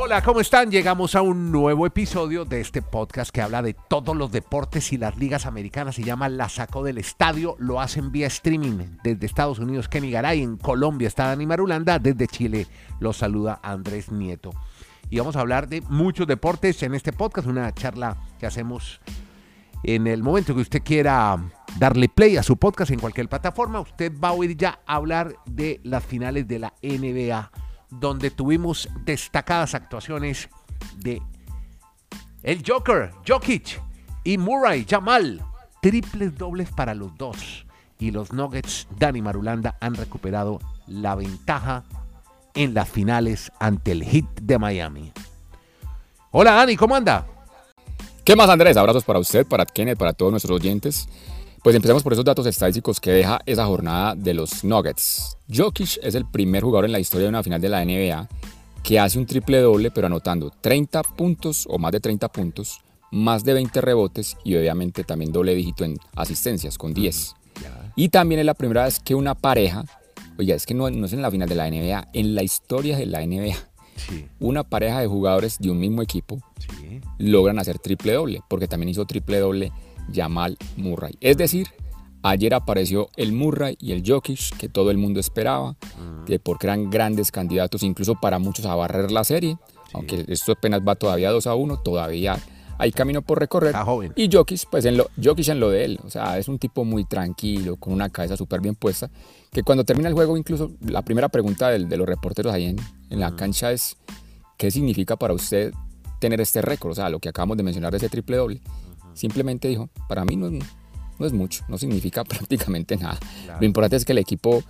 Hola, ¿cómo están? Llegamos a un nuevo episodio de este podcast que habla de todos los deportes y las ligas americanas. Se llama La Sacó del Estadio. Lo hacen vía streaming desde Estados Unidos, Kenny Garay. En Colombia está Dani Marulanda. Desde Chile los saluda Andrés Nieto. Y vamos a hablar de muchos deportes en este podcast. Una charla que hacemos en el momento que usted quiera darle play a su podcast en cualquier plataforma. Usted va a oír ya hablar de las finales de la NBA, donde tuvimos destacadas actuaciones de el Joker, Jokic, y Murray, Jamal. Triples dobles para los dos. Y los Nuggets, Dani Marulanda, han recuperado la ventaja en las finales ante el Heat de Miami. Hola Dani, ¿cómo anda? ¿Qué más, Andrés? Abrazos para usted, para Kenneth, para todos nuestros oyentes. Pues empecemos por esos datos estadísticos que deja esa jornada de los Nuggets. Jokic es el primer jugador en la historia de una final de la NBA que hace un triple doble, pero anotando 30 puntos o más de 30 puntos, más de 20 rebotes y obviamente también doble dígito en asistencias con 10. Y también es la primera vez que una pareja, oiga, es que no es en la final de la NBA, en la historia de la NBA, una pareja de jugadores de un mismo equipo logran hacer triple doble, porque también hizo triple doble Jamal Murray. Es decir, ayer apareció el Murray y el Jokic que todo el mundo esperaba, que porque eran grandes candidatos incluso para muchos a barrer la serie, aunque esto apenas va todavía 2-1, todavía hay camino por recorrer. Está joven. Y Jokic, pues Jokic en lo de él, o sea, es un tipo muy tranquilo, con una cabeza súper bien puesta, que cuando termina el juego, incluso la primera pregunta de los reporteros ahí en la cancha es: ¿qué significa para usted tener este récord? O sea, lo que acabamos de mencionar de ese triple doble. Simplemente dijo, para mí no es mucho, no significa prácticamente nada. Claro. Lo importante es que el equipo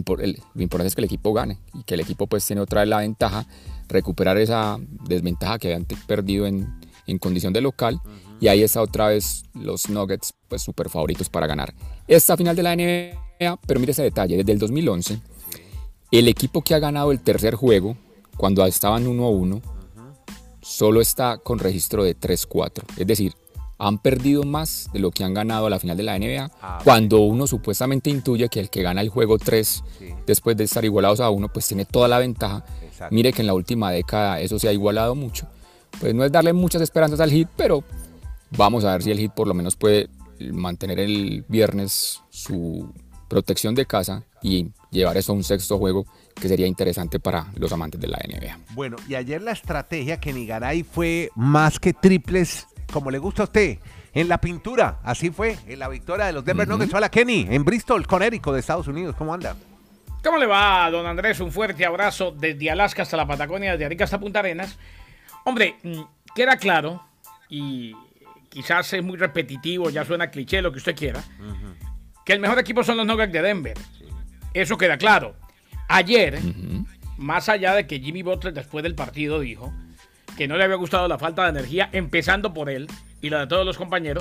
gane y que el equipo pues tiene otra vez la ventaja, recuperar esa desventaja que habían perdido en condición de local, y ahí está otra vez los Nuggets pues súper favoritos para ganar esta final de la NBA. Pero mire ese detalle, desde el 2011 el equipo que ha ganado el tercer juego cuando estaban 1-1 solo está con registro de 3-4, es decir, han perdido más de lo que han ganado a la final de la NBA, cuando uno supuestamente intuye que el que gana el juego 3, después de estar igualados a 1, pues tiene toda la ventaja. Exacto. Mire que en la última década eso se ha igualado mucho. Pues no es darle muchas esperanzas al Heat, pero vamos a ver si el Heat por lo menos puede mantener el viernes su protección de casa y llevar eso a un sexto juego, que sería interesante para los amantes de la NBA. Bueno, y ayer la estrategia que Nigaray fue más que triples, como le gusta a usted, en la pintura. Así fue en la victoria de los Denver Nuggets. Hola Kenny, en Bristol, Connecticut, de Estados Unidos. ¿Cómo anda? ¿Cómo le va, don Andrés? Un fuerte abrazo desde Alaska hasta la Patagonia, desde Arica hasta Punta Arenas. Hombre, queda claro, y quizás es muy repetitivo, ya suena cliché, lo que usted quiera, que el mejor equipo son los Nuggets de Denver. Eso queda claro. Ayer, más allá de que Jimmy Butler después del partido dijo que no le había gustado la falta de energía, empezando por él y la de todos los compañeros,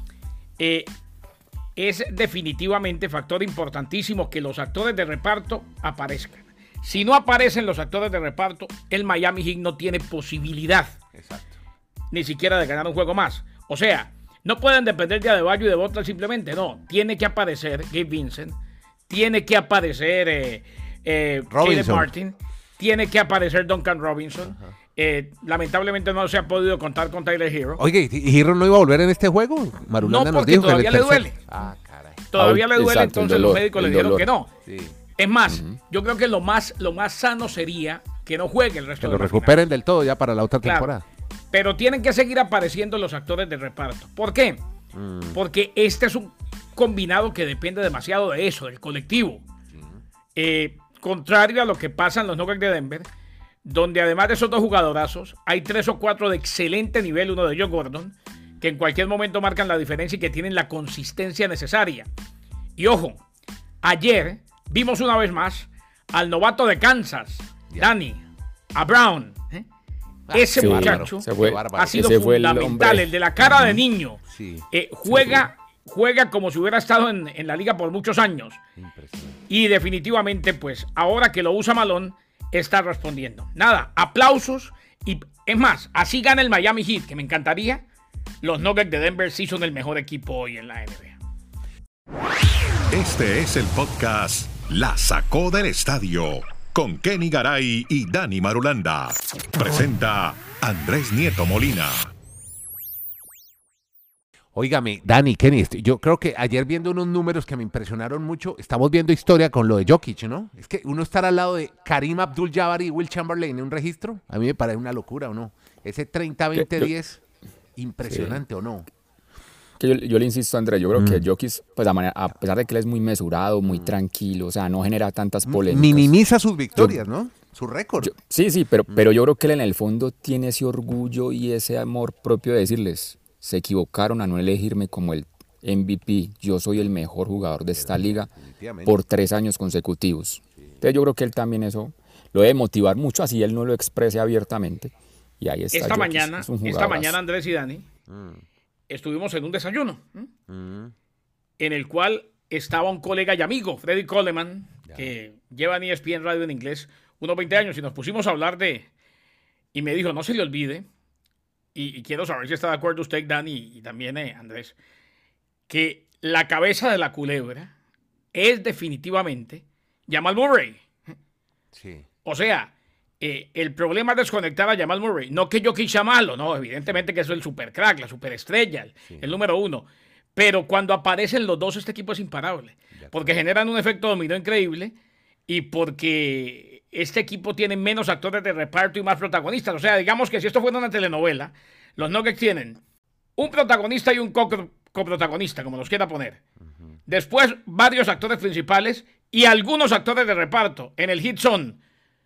es definitivamente factor importantísimo que los actores de reparto aparezcan. Si no aparecen los actores de reparto, el Miami Heat no tiene posibilidad, ni siquiera de ganar un juego más. O sea, no pueden depender de Adebayo y de Butler simplemente, no. Tiene que aparecer Gabe Vincent, tiene que aparecer Caleb Martin, tiene que aparecer Duncan Robinson. Lamentablemente no se ha podido contar con Tyler Hero. Oye, ¿y Hero no iba a volver en este juego? Marulanda no, porque nos dijo todavía que le duele. Caray. Todavía le duele, exacto, entonces los médicos le dijeron que no. Sí. Es más, yo creo que lo más sano sería que no juegue el resto de la final. Que lo recuperen del todo ya para la otra temporada. Pero tienen que seguir apareciendo los actores de reparto. ¿Por qué? Porque este es un combinado que depende demasiado de eso, del colectivo. Contrario a lo que pasa en los Nuggets de Denver, donde además de esos dos jugadorazos, hay 3 o 4 de excelente nivel, uno de ellos Gordon, que en cualquier momento marcan la diferencia y que tienen la consistencia necesaria. Y ojo, ayer vimos una vez más al novato de Kansas, Dani, a Brown. Ese muchacho ha sido fundamental, el de la cara de niño. Juega como si hubiera estado en la liga por muchos años. Y definitivamente, pues, ahora que lo usa Malone, está respondiendo. Nada, aplausos. Y es más, así gana el Miami Heat, que me encantaría. Los Nuggets de Denver sí son el mejor equipo hoy en la NBA. Este es el podcast La Sacó del Estadio. con Kenny Garay y Dani Marulanda. Presenta Andrés Nieto Molina. Óigame, Dani, Kenny, yo creo que ayer viendo unos números que me impresionaron mucho, estamos viendo historia con lo de Jokic, ¿no? Es que uno estar al lado de Kareem Abdul-Jabbar y Will Chamberlain en un registro, a mí me parece una locura, ¿o no? Ese 30-20-10, impresionante, sí. ¿O no? Que yo le insisto, Andrés, yo creo que Jokic, pues a pesar de que él es muy mesurado, muy tranquilo, o sea, no genera tantas polémicas. Minimiza sus victorias, ¿no? Su récord. Sí, pero yo creo que él en el fondo tiene ese orgullo y ese amor propio de decirles, se equivocaron a no elegirme como el MVP, yo soy el mejor jugador de esta liga por 3 años consecutivos. Entonces yo creo que él también eso lo debe motivar mucho, así él no lo exprese abiertamente. Y ahí está. Esta mañana, Andrés y Dani, estuvimos en un desayuno en el cual estaba un colega y amigo, Freddy Coleman, que lleva en ESPN Radio en inglés unos 20 años, y nos pusimos a hablar y me dijo, no se le olvide, y quiero saber si está de acuerdo usted, Dani, y también Andrés, que la cabeza de la culebra es definitivamente Jamal Murray. Sí. O sea, el problema es desconectar a Jamal Murray. No que Jokic sea malo, no, evidentemente que eso es el super crack, la superestrella, el número 1. Pero cuando aparecen los dos, este equipo es imparable. Porque generan un efecto dominó increíble y porque este equipo tiene menos actores de reparto y más protagonistas. O sea, digamos que si esto fuera una telenovela, los Nuggets tienen un protagonista y un coprotagonista, como los quiera poner. Después, varios actores principales y algunos actores de reparto. En el Heat son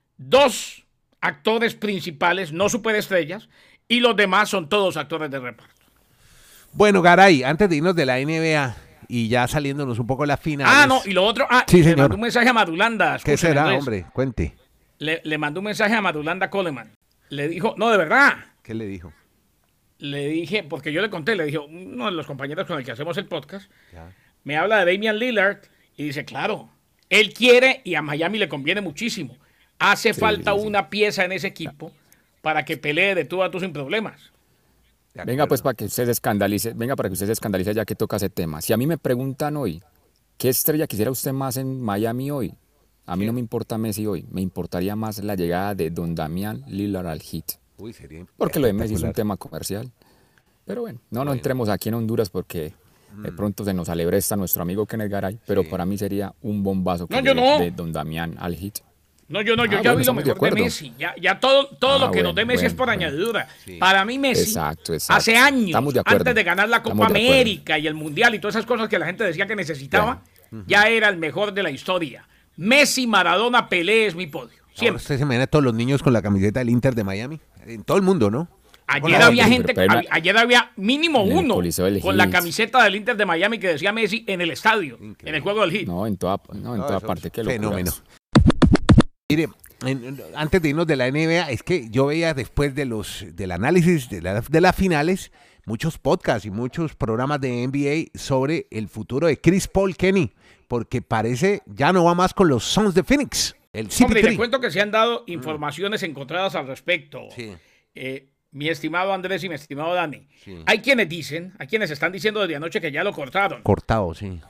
2 actores principales, no superestrellas, y los demás son todos actores de reparto. Bueno, Garay, antes de irnos de la NBA y ya saliéndonos un poco de la final. No, y lo otro, sí, le mandó un mensaje a Marulanda. ¿Qué será, Andrés? Hombre? Cuente. Le mandó un mensaje a Marulanda Coleman. Le dijo, no, de verdad. ¿Qué le dijo? Le dije, porque yo le conté, le dije, uno de los compañeros con el que hacemos el podcast, me habla de Damian Lillard y dice, claro, él quiere y a Miami le conviene muchísimo. Hace falta una pieza en ese equipo para que pelee de tú a tú sin problemas. Venga, pues para que usted se escandalice, ya que toca ese tema. Si a mí me preguntan hoy, ¿qué estrella quisiera usted más en Miami hoy? A mí no me importa Messi hoy, me importaría más la llegada de don Damian Lillard al Heat. Sería porque lo de Messi es un tema comercial. Pero bueno, no entremos aquí en Honduras porque de pronto se nos alebresta nuestro amigo Kenneth Garay, pero para mí sería un bombazo de don Damian al Heat. No, yo ya vi lo mejor de Messi. Ya todo lo que nos dé Messi es por añadidura. Sí. Para mí Messi, hace años, antes de ganar la Copa América y el Mundial y todas esas cosas que la gente decía que necesitaba, ya era el mejor de la historia. Messi, Maradona, Pelé es mi podio. Siempre. Usted se imagina a todos los niños con la camiseta del Inter de Miami. En todo el mundo, ¿no? Ayer había mínimo uno con la camiseta del Inter de Miami que decía Messi en el estadio, en el juego del Heat. No, en toda parte. Qué fenómeno. Mire, antes de irnos de la NBA, es que yo veía después del análisis de las finales, muchos podcasts y muchos programas de NBA sobre el futuro de Chris Paul, Kenny, porque parece ya no va más con los Suns de Phoenix. Hombre, le cuento que se han dado informaciones encontradas al respecto. Sí. Mi estimado Andrés y mi estimado Dani. Sí. Hay quienes están diciendo desde anoche que ya lo cortaron. Cortado, sí.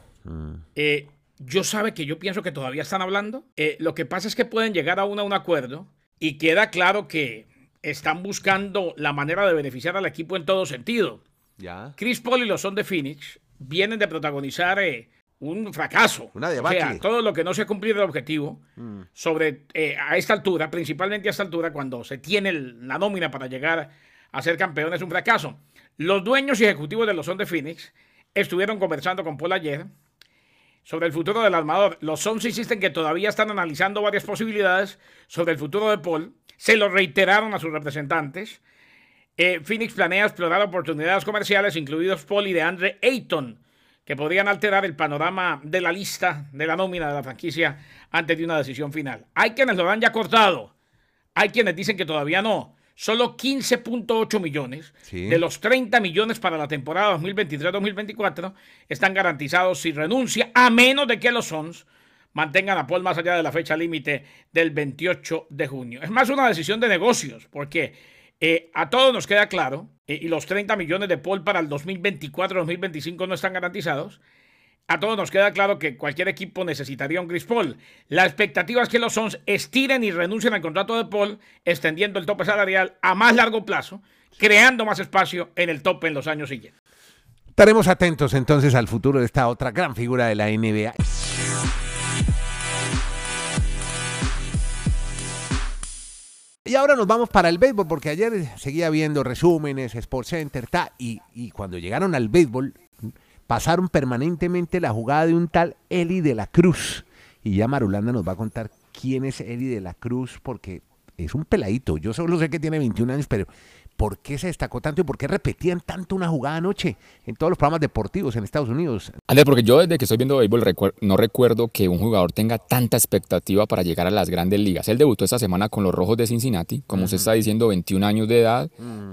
Yo pienso que todavía están hablando. Lo que pasa es que pueden llegar a un acuerdo y queda claro que están buscando la manera de beneficiar al equipo en todo sentido. ¿Ya? Chris Paul y los Suns de Phoenix vienen de protagonizar un fracaso. Una debacle. O sea, todo lo que no se ha cumplido el objetivo a esta altura, principalmente a esta altura, cuando se tiene la nómina para llegar a ser campeón, es un fracaso. Los dueños y ejecutivos de los Suns de Phoenix estuvieron conversando con Paul ayer sobre el futuro del armador. Los Suns insisten que todavía están analizando varias posibilidades sobre el futuro de Paul. Se lo reiteraron a sus representantes. Phoenix planea explorar oportunidades comerciales, incluidos Paul y DeAndre Ayton, que podrían alterar el panorama de la lista de la nómina de la franquicia antes de una decisión final. Hay quienes lo han ya cortado. Hay quienes dicen que todavía no. Solo 15.8 millones de los 30 millones para la temporada 2023-2024 están garantizados si renuncia, a menos de que los Suns mantengan a Paul más allá de la fecha límite del 28 de junio. Es más una decisión de negocios, porque a todos nos queda claro, y los 30 millones de Paul para el 2024-2025 no están garantizados. a todos nos queda claro que cualquier equipo necesitaría un Chris Paul. La expectativa es que los Suns estiren y renuncien al contrato de Paul, extendiendo el tope salarial a más largo plazo, creando más espacio en el tope en los años siguientes. Estaremos atentos entonces al futuro de esta otra gran figura de la NBA. Y ahora nos vamos para el béisbol, porque ayer seguía viendo resúmenes, SportsCenter, y cuando llegaron al béisbol, pasaron permanentemente la jugada de un tal Eli de la Cruz. Y ya Marulanda nos va a contar quién es Eli de la Cruz, porque es un peladito. Yo solo sé que tiene 21 años, pero ¿por qué se destacó tanto y por qué repetían tanto una jugada anoche en todos los programas deportivos en Estados Unidos? Andrés, porque yo desde que estoy viendo béisbol no recuerdo que un jugador tenga tanta expectativa para llegar a las grandes ligas. Él debutó esta semana con los Rojos de Cincinnati, como usted está diciendo, 21 años de edad,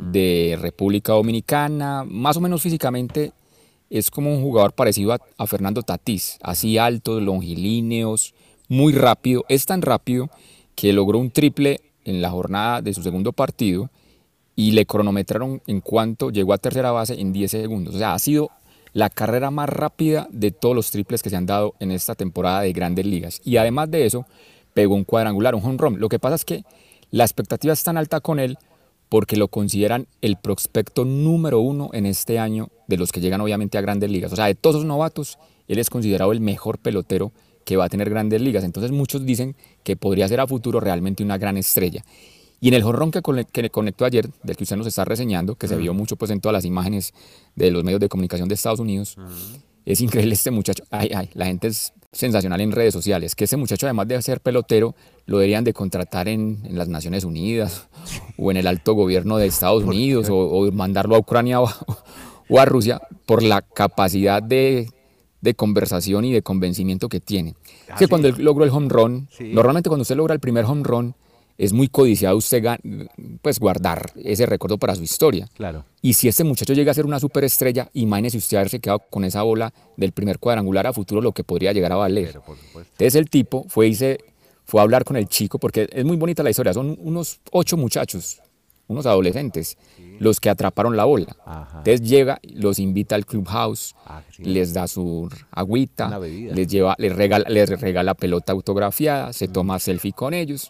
de República Dominicana, más o menos físicamente es como un jugador parecido a Fernando Tatís, así altos, longilíneos, muy rápido. Es tan rápido que logró un triple en la jornada de su segundo partido y le cronometraron en cuanto llegó a tercera base en 10 segundos. O sea, ha sido la carrera más rápida de todos los triples que se han dado en esta temporada de Grandes Ligas. Y además de eso, pegó un cuadrangular, un home run. Lo que pasa es que la expectativa es tan alta con él porque lo consideran el prospecto número 1 en este año de los que llegan obviamente a Grandes Ligas. O sea, de todos los novatos, él es considerado el mejor pelotero que va a tener Grandes Ligas. Entonces muchos dicen que podría ser a futuro realmente una gran estrella. Y en el jonrón que conectó ayer, del que usted nos está reseñando, que se vio mucho pues en todas las imágenes de los medios de comunicación de Estados Unidos, es increíble este muchacho. La gente es sensacional en redes sociales, que ese muchacho además de ser pelotero, lo deberían de contratar en las Naciones Unidas o en el alto gobierno de Estados Unidos o mandarlo a Ucrania o a Rusia por la capacidad de conversación y de convencimiento que tiene. Es que cuando él logró el home run, normalmente cuando usted logra el primer home run, es muy codiciado usted pues guardar ese recuerdo para su historia. Claro. Y si este muchacho llega a ser una superestrella, imagínese usted haberse quedado con esa bola del primer cuadrangular a futuro, lo que podría llegar a valer. Pero, por supuesto. Entonces el tipo fue a hablar con el chico, porque es muy bonita la historia, son unos 8 muchachos, unos adolescentes, los que atraparon la bola. Ajá. Entonces llega, los invita al clubhouse, les da su agüita, les regala pelota autografiada, se toma selfie con ellos.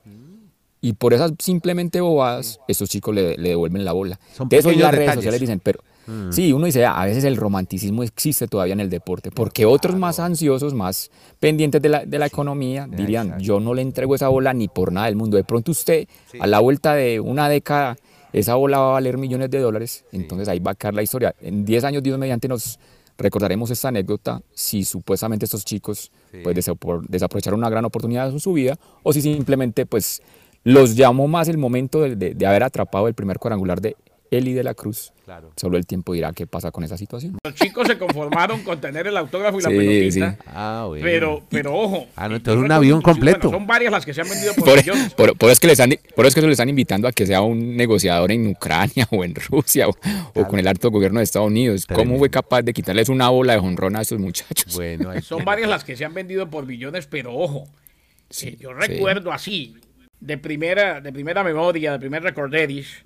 Y por esas simplemente bobadas, estos chicos le devuelven la bola. Entonces hoy las redes sociales dicen, pero sí, uno dice, a veces el romanticismo existe todavía en el deporte, porque otros más ansiosos, más pendientes de la economía, dirían, yo no le entrego esa bola ni por nada del mundo. De pronto usted, a la vuelta de una década, esa bola va a valer millones de dólares, entonces ahí va a quedar la historia. En 10 años, Dios mediante, nos recordaremos esta anécdota, si supuestamente estos chicos pues desaprovecharon una gran oportunidad en su vida, o si simplemente pues los llamó más el momento de haber atrapado el primer cuadrangular de Eli de la Cruz. Claro. Solo el tiempo dirá qué pasa con esa situación. Los chicos se conformaron con tener el autógrafo y la pelotita. Sí. Bueno. Pero ojo. No, entonces un avión completo. Bueno, son varias las que se han vendido por millones. Por eso es que se lo están invitando a que sea un negociador en Ucrania o en Rusia o con el alto gobierno de Estados Unidos. ¿Cómo fue capaz de quitarles una bola de jonrón a esos muchachos? Bueno, son varias las que se han vendido por millones, pero ojo. Yo recuerdo así, de primera memoria, de primer recordedish,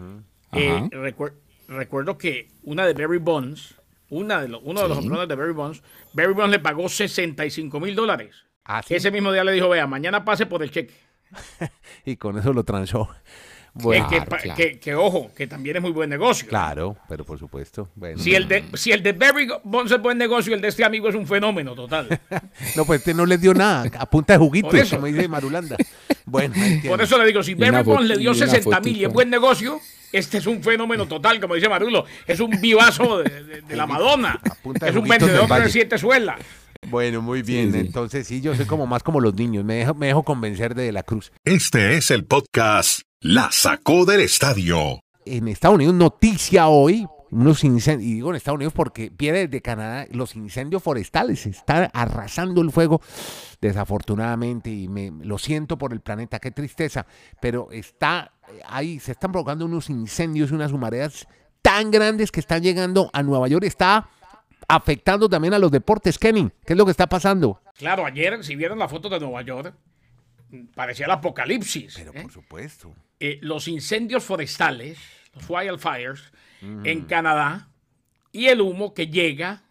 recuerdo que una de Barry Bonds, uno de los hombrones de Barry Bonds le pagó $65,000. ¿Sí? Ese mismo día le dijo, vea, mañana pase por el cheque. Y con eso lo transó. Bueno, que ojo, que también es muy buen negocio. Claro, pero por supuesto. Bueno. Si el de Barry Bonds es buen negocio, el de este amigo es un fenómeno total. No, pues este no les dio nada, a punta de juguitos, como dice Marulanda. Bueno, por eso le digo, si Barry Bonds le dio 60,000 y es buen negocio, este es un fenómeno total, como dice Marulo. Es un vivazo de la Madonna. Es un vendedor de 7 suelas. Bueno, muy bien. Sí. Entonces sí, yo soy más como los niños. Me dejo convencer de la Cruz. Este es el podcast La Sacó del Estadio. En Estados Unidos, noticia hoy, unos incendios, y digo en Estados Unidos porque viene desde Canadá, los incendios forestales, están arrasando el fuego, desafortunadamente, y lo siento por el planeta, qué tristeza, pero ahí se están provocando unos incendios y unas humaredas tan grandes que están llegando a Nueva York, está afectando también a los deportes. Kenny, ¿qué es lo que está pasando? Claro, ayer, si vieron la foto de Nueva York, parecía el apocalipsis. Pero por supuesto. Los incendios forestales, los wildfires, en Canadá, y el humo que llega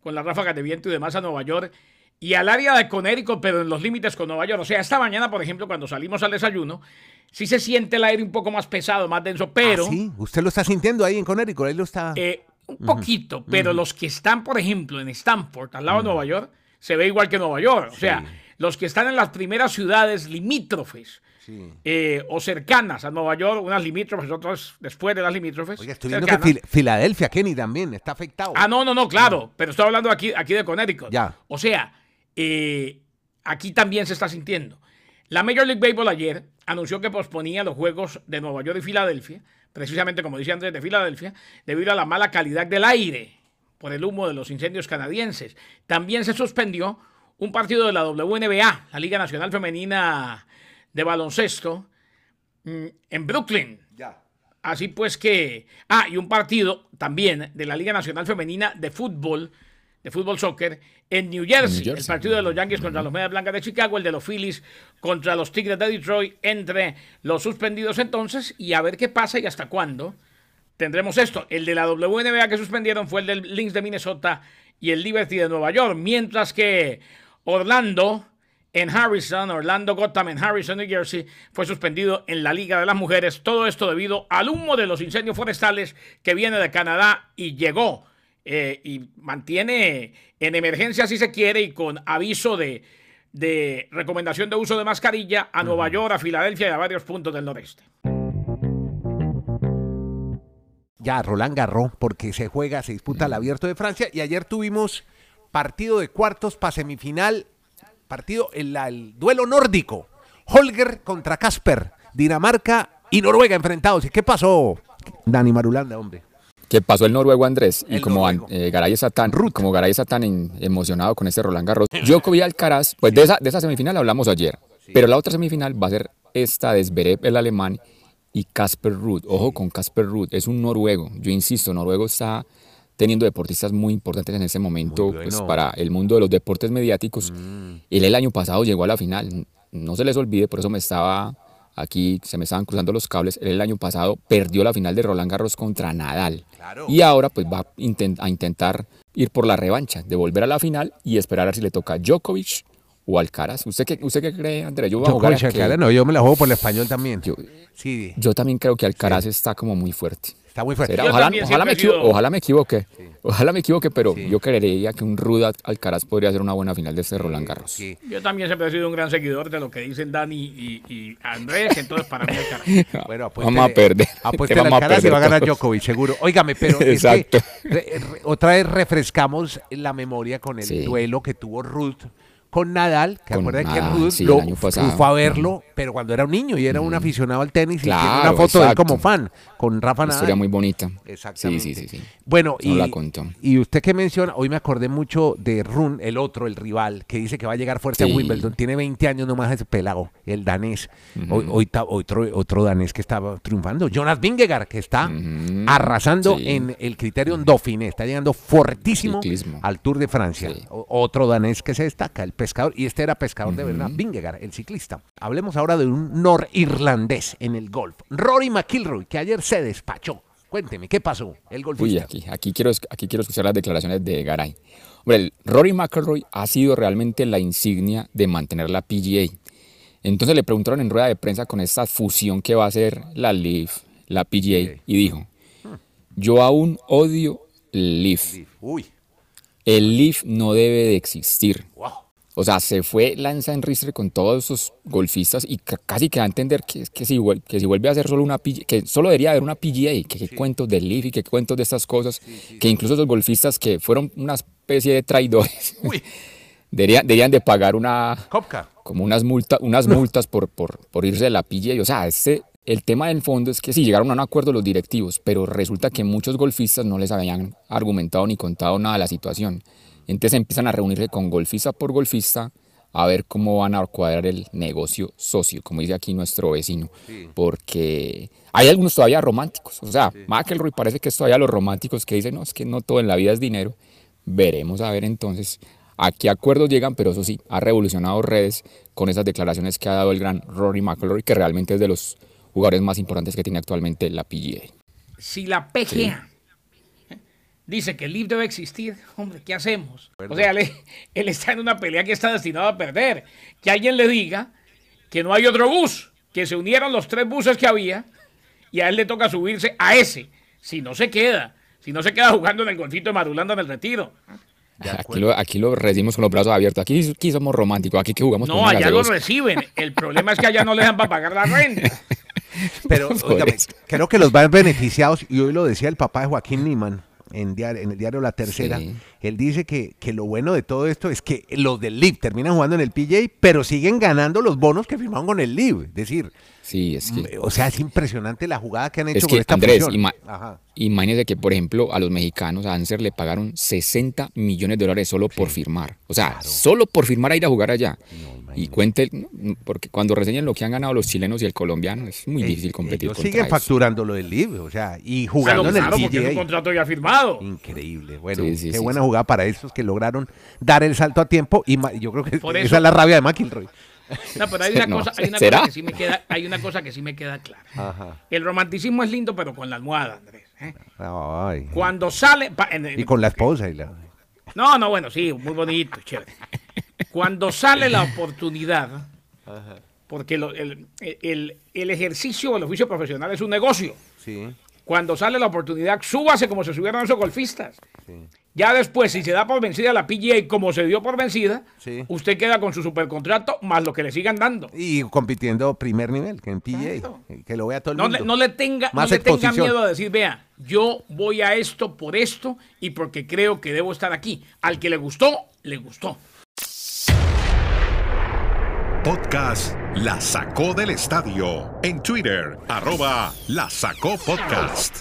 con las ráfagas de viento y demás a Nueva York y al área de Connecticut, pero en los límites con Nueva York. O sea, esta mañana, por ejemplo, cuando salimos al desayuno, sí se siente el aire un poco más pesado, más denso, pero... Sí, usted lo está sintiendo ahí en Connecticut, ahí lo está... un poquito, pero los que están, por ejemplo, en Stanford, al lado de Nueva York, se ve igual que Nueva York. O sea, los que están en las primeras ciudades limítrofes o cercanas a Nueva York, unas limítrofes, otras después de las limítrofes. Oiga, estoy viendo que Filadelfia, Kenny, también está afectado. No, claro, pero estoy hablando aquí de Connecticut. Ya. O sea, aquí también se está sintiendo. La Major League Baseball ayer anunció que posponía los juegos de Nueva York y Filadelfia, precisamente como dice Andrés, de Filadelfia, debido a la mala calidad del aire por el humo de los incendios canadienses. También se suspendió un partido de la WNBA, la Liga Nacional Femenina de Baloncesto, en Brooklyn. Ya. Así pues que... y un partido también de la Liga Nacional Femenina de fútbol soccer, en New Jersey. El partido de los Yankees contra los Medias Blancas de Chicago, el de los Phillies contra los Tigres de Detroit, entre los suspendidos entonces, y a ver qué pasa y hasta cuándo tendremos esto. El de la WNBA que suspendieron fue el del Lynx de Minnesota y el Liberty de Nueva York, mientras que Orlando Gotham en Harrison, New Jersey, fue suspendido en la Liga de las Mujeres. Todo esto debido al humo de los incendios forestales que viene de Canadá y llegó y mantiene en emergencia si se quiere y con aviso de recomendación de uso de mascarilla a Nueva York, a Filadelfia y a varios puntos del noreste. Ya, Roland Garros, porque se disputa el Abierto de Francia y ayer tuvimos partido de cuartos para semifinal, el duelo nórdico, Holger contra Casper, Dinamarca y Noruega enfrentados. ¿Y qué pasó, Dani Marulanda, hombre? Que pasó el noruego Andrés, y como noruego. Garay está tan emocionado con este Roland Garros. Djokovic y Alcaraz, pues de esa semifinal hablamos ayer, pero la otra semifinal va a ser esta de Zverev, el alemán, y Casper Ruud. Ojo con Casper Ruud, es un noruego. Yo insisto, Noruego está teniendo deportistas muy importantes en ese momento, pues, para el mundo de los deportes mediáticos. Él el año pasado llegó a la final, no se les olvide, por eso se me estaban cruzando los cables. Él el año pasado perdió la final de Roland Garros contra Nadal. Claro. Y ahora pues va a intentar ir por la revancha, de volver a la final y esperar a ver si le toca a Djokovic o Alcaraz. ¿Usted qué cree, Andrés? Yo me la juego por el español también. Yo también creo que Alcaraz está como muy fuerte. Está muy fuerte. Ojalá me equivoque. Sí. Ojalá me equivoque, pero yo creería que un Ruud Alcaraz podría ser una buena final de este Roland Garros. Sí. Yo también siempre he sido un gran seguidor de lo que dicen Dani y Andrés, entonces para mí Alcaraz. Bueno, vamos a perder. Apuéstele al Alcaraz y va a ganar Djokovic, seguro. Óigame, pero es que otra vez refrescamos la memoria con el duelo que tuvo Ruud con Nadal, que acuerdan que Ruud fue a verlo, pero cuando era un niño y era un aficionado al tenis, y tiene una foto de él como fan, con Rafa Nadal. Una historia muy bonita. Exactamente. Sí. Bueno, la contó. Y usted que menciona, hoy me acordé mucho de Rune, el rival, que dice que va a llegar fuerte a Wimbledon. Tiene 20 años nomás ese pelado, el danés. Hoy otro danés que estaba triunfando, Jonas Vingegaard, que está arrasando en el Criterium Dauphiné, está llegando fuertísimo al Tour de Francia. Otro danés que se destaca, el pescador, y este era pescador de verdad, Vingegaard, el ciclista. Hablemos ahora de un norirlandés en el golf, Rory McIlroy, que ayer se despachó. Cuénteme, ¿qué pasó? El golfista. Aquí quiero escuchar las declaraciones de Garay. Hombre, el Rory McIlroy ha sido realmente la insignia de mantener la PGA. Entonces le preguntaron en rueda de prensa con esta fusión que va a hacer la LIV, la PGA, y dijo, yo aún odio el LIV. El LIV no debe de existir. Wow. O sea, se fue lanza en ristre con todos esos golfistas y casi que da a entender que si vuelve a ser solo una PGA, que solo debería haber una PGA, que cuentos del LIV y que cuentos de estas cosas, que incluso esos golfistas que fueron una especie de traidores, deberían de pagar como unas multas por irse de la PGA. O sea, el tema del fondo es que sí, llegaron a un acuerdo los directivos, pero resulta que muchos golfistas no les habían argumentado ni contado nada de la situación. Entonces empiezan a reunirse con golfista por golfista a ver cómo van a cuadrar el negocio socio, como dice aquí nuestro vecino. Porque hay algunos todavía románticos. O sea, McIlroy parece que es todavía los románticos que dicen, no, es que no todo en la vida es dinero. Veremos a ver entonces a qué acuerdos llegan, pero eso sí, ha revolucionado redes con esas declaraciones que ha dado el gran Rory McIlroy, que realmente es de los jugadores más importantes que tiene actualmente la PGA. Si la PGA dice que el LIV debe existir, hombre, ¿qué hacemos? O sea, él está en una pelea que está destinado a perder. Que alguien le diga que no hay otro bus, que se unieron los 3 buses que había y a él le toca subirse a ese. Si no se queda jugando en el golfito de Marulanda en el Retiro. Aquí lo recibimos con los brazos abiertos. Aquí somos románticos. Aquí que jugamos con No, una allá lo gaseosa. reciben. El problema es que allá no le dan para pagar la renta. Pero óigame, creo que los más beneficiados, y hoy lo decía el papá de Joaquín Niman en el diario La Tercera, Sí. él dice que lo bueno de todo esto es que los del LIV terminan jugando en el PGA, pero siguen ganando los bonos que firmaron con el LIV. Es decir, Sí, es que... o sea, es impresionante la jugada que han hecho Es con que, esta Andrés, fusión. Ajá. imagínese que, por ejemplo, a los mexicanos, a Anser le pagaron $60 millones solo por firmar. O sea, solo por firmar a ir a jugar allá. Y cuente, porque cuando reseñan lo que han ganado los chilenos y el colombiano, es muy difícil competir Ellos contra siguen eso. facturando lo del LIV, o sea, y jugando Claro, en el porque es un PGA. contrato ya firmado. Increíble. Bueno, Sí, qué sí, buena sí. jugada para esos que lograron dar el salto a tiempo, y yo creo que Por esa eso- es la rabia de McIlroy. No, pero hay una No, cosa, ¿será? hay una cosa que sí me queda clara. Ajá. El romanticismo es lindo, pero con la almohada, Andrés. ¿eh? Ay. Cuando sale... Y con la esposa. No, bueno, sí, muy bonito, chévere. Cuando sale la oportunidad, porque el ejercicio o el oficio profesional es un negocio. Sí. Cuando sale la oportunidad, súbase como se subieron esos golfistas. Ya después, si se da por vencida la PGA como se dio por vencida, Sí. usted queda con su supercontrato más lo que le sigan dando. Y compitiendo primer nivel, que en PGA. Claro. Que lo vea todo el No mundo. le tenga Más tenga exposición. miedo a decir, vea, yo voy a esto por esto y porque creo que debo estar aquí. Al que le gustó, le gustó. Podcast La Sacó del Estadio. En Twitter, @La Sacó Podcast.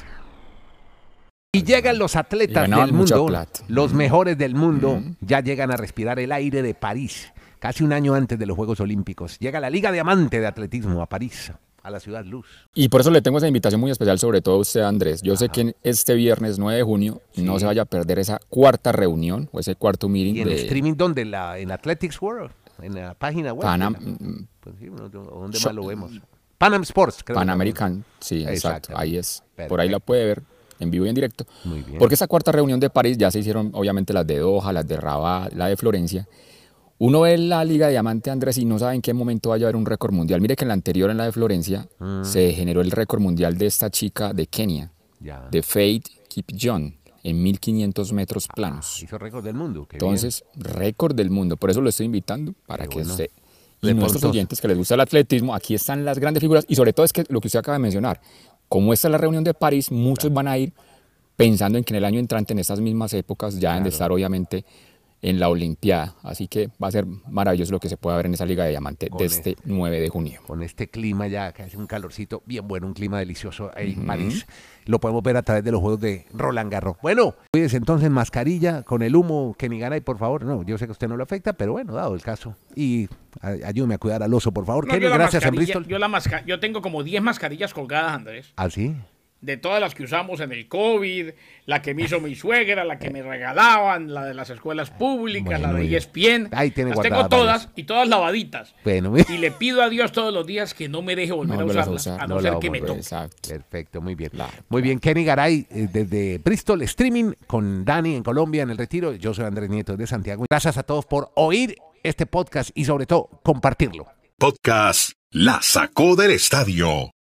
Y llegan los Y atletas ganaban del mucha mundo, plata. los mejores del mundo, ya llegan a respirar el aire de París, casi un año antes de los Juegos Olímpicos. Llega la Liga Diamante de Atletismo a París, a la Ciudad Luz. Y por eso le tengo esa invitación muy especial, sobre todo a usted, Andrés. Yo sé que este viernes 9 de junio no se vaya a perder esa cuarta reunión o ese cuarto meeting Y en de streaming, ¿dónde? En Athletics World, en la página web. Panam, Pues sí, ¿dónde más lo vemos? Panam Sports, creo. Pan American. Sí, exacto. Exactamente. Ahí es. Perfecto. Por ahí la puede ver en vivo y en directo. Muy bien. Porque esa cuarta reunión de París ya se hicieron, obviamente, las de Doha, las de Rabat, la de Florencia. Uno ve la Liga Diamante, Andrés, y no sabe en qué momento vaya a haber un récord mundial. Mire que en la anterior, en la de Florencia, se generó el récord mundial de esta chica de Kenia, Ya. de Faith Kipyegon, en 1500 metros planos. Hizo récord del mundo. qué Entonces, récord del mundo. Por eso lo estoy invitando para Qué que bueno. usted y Deportoso. nuestros oyentes que les gusta el atletismo, aquí están las grandes figuras. Y sobre todo es que lo que usted acaba de mencionar, como esta es la reunión de París, muchos van a ir pensando en que en el año entrante, en estas mismas épocas, ya deben de estar obviamente en la Olimpiada. Así que va a ser maravilloso lo que se pueda ver en esa Liga de Diamante Con de este 9 de junio. Con este clima ya, que hace un calorcito bien bueno, un clima delicioso ahí en París. Lo podemos ver a través de los juegos de Roland Garros. Bueno, cuídese entonces, mascarilla, con el humo que ni gana y por favor, no, yo sé que a usted no le afecta, pero bueno, dado el caso. Y ayúdeme a cuidar al oso, por favor. No, Kenny, yo la gracias en mascarilla- Bristol. yo tengo como 10 mascarillas colgadas, Andrés. ¿Ah, sí? De todas las que usamos en el COVID, la que me hizo mi suegra, la que me regalaban, la de las escuelas públicas, Bueno, la de muy bien. ESPN. Ahí tiene Las tengo guardadas todas varias. y todas lavaditas. Bueno, Y le pido a Dios todos los días que no me deje volver No a volverlas a usarlas, usar. a no No ser la que me vamos a toque. Exacto. perfecto, muy bien. Claro, Muy bien, Kenny Garay desde Bristol, streaming con Dani en Colombia en el Retiro. Yo soy Andrés Nieto de Santiago. Gracias a todos por oír este podcast y sobre todo compartirlo. Podcast La Sacó del Estadio.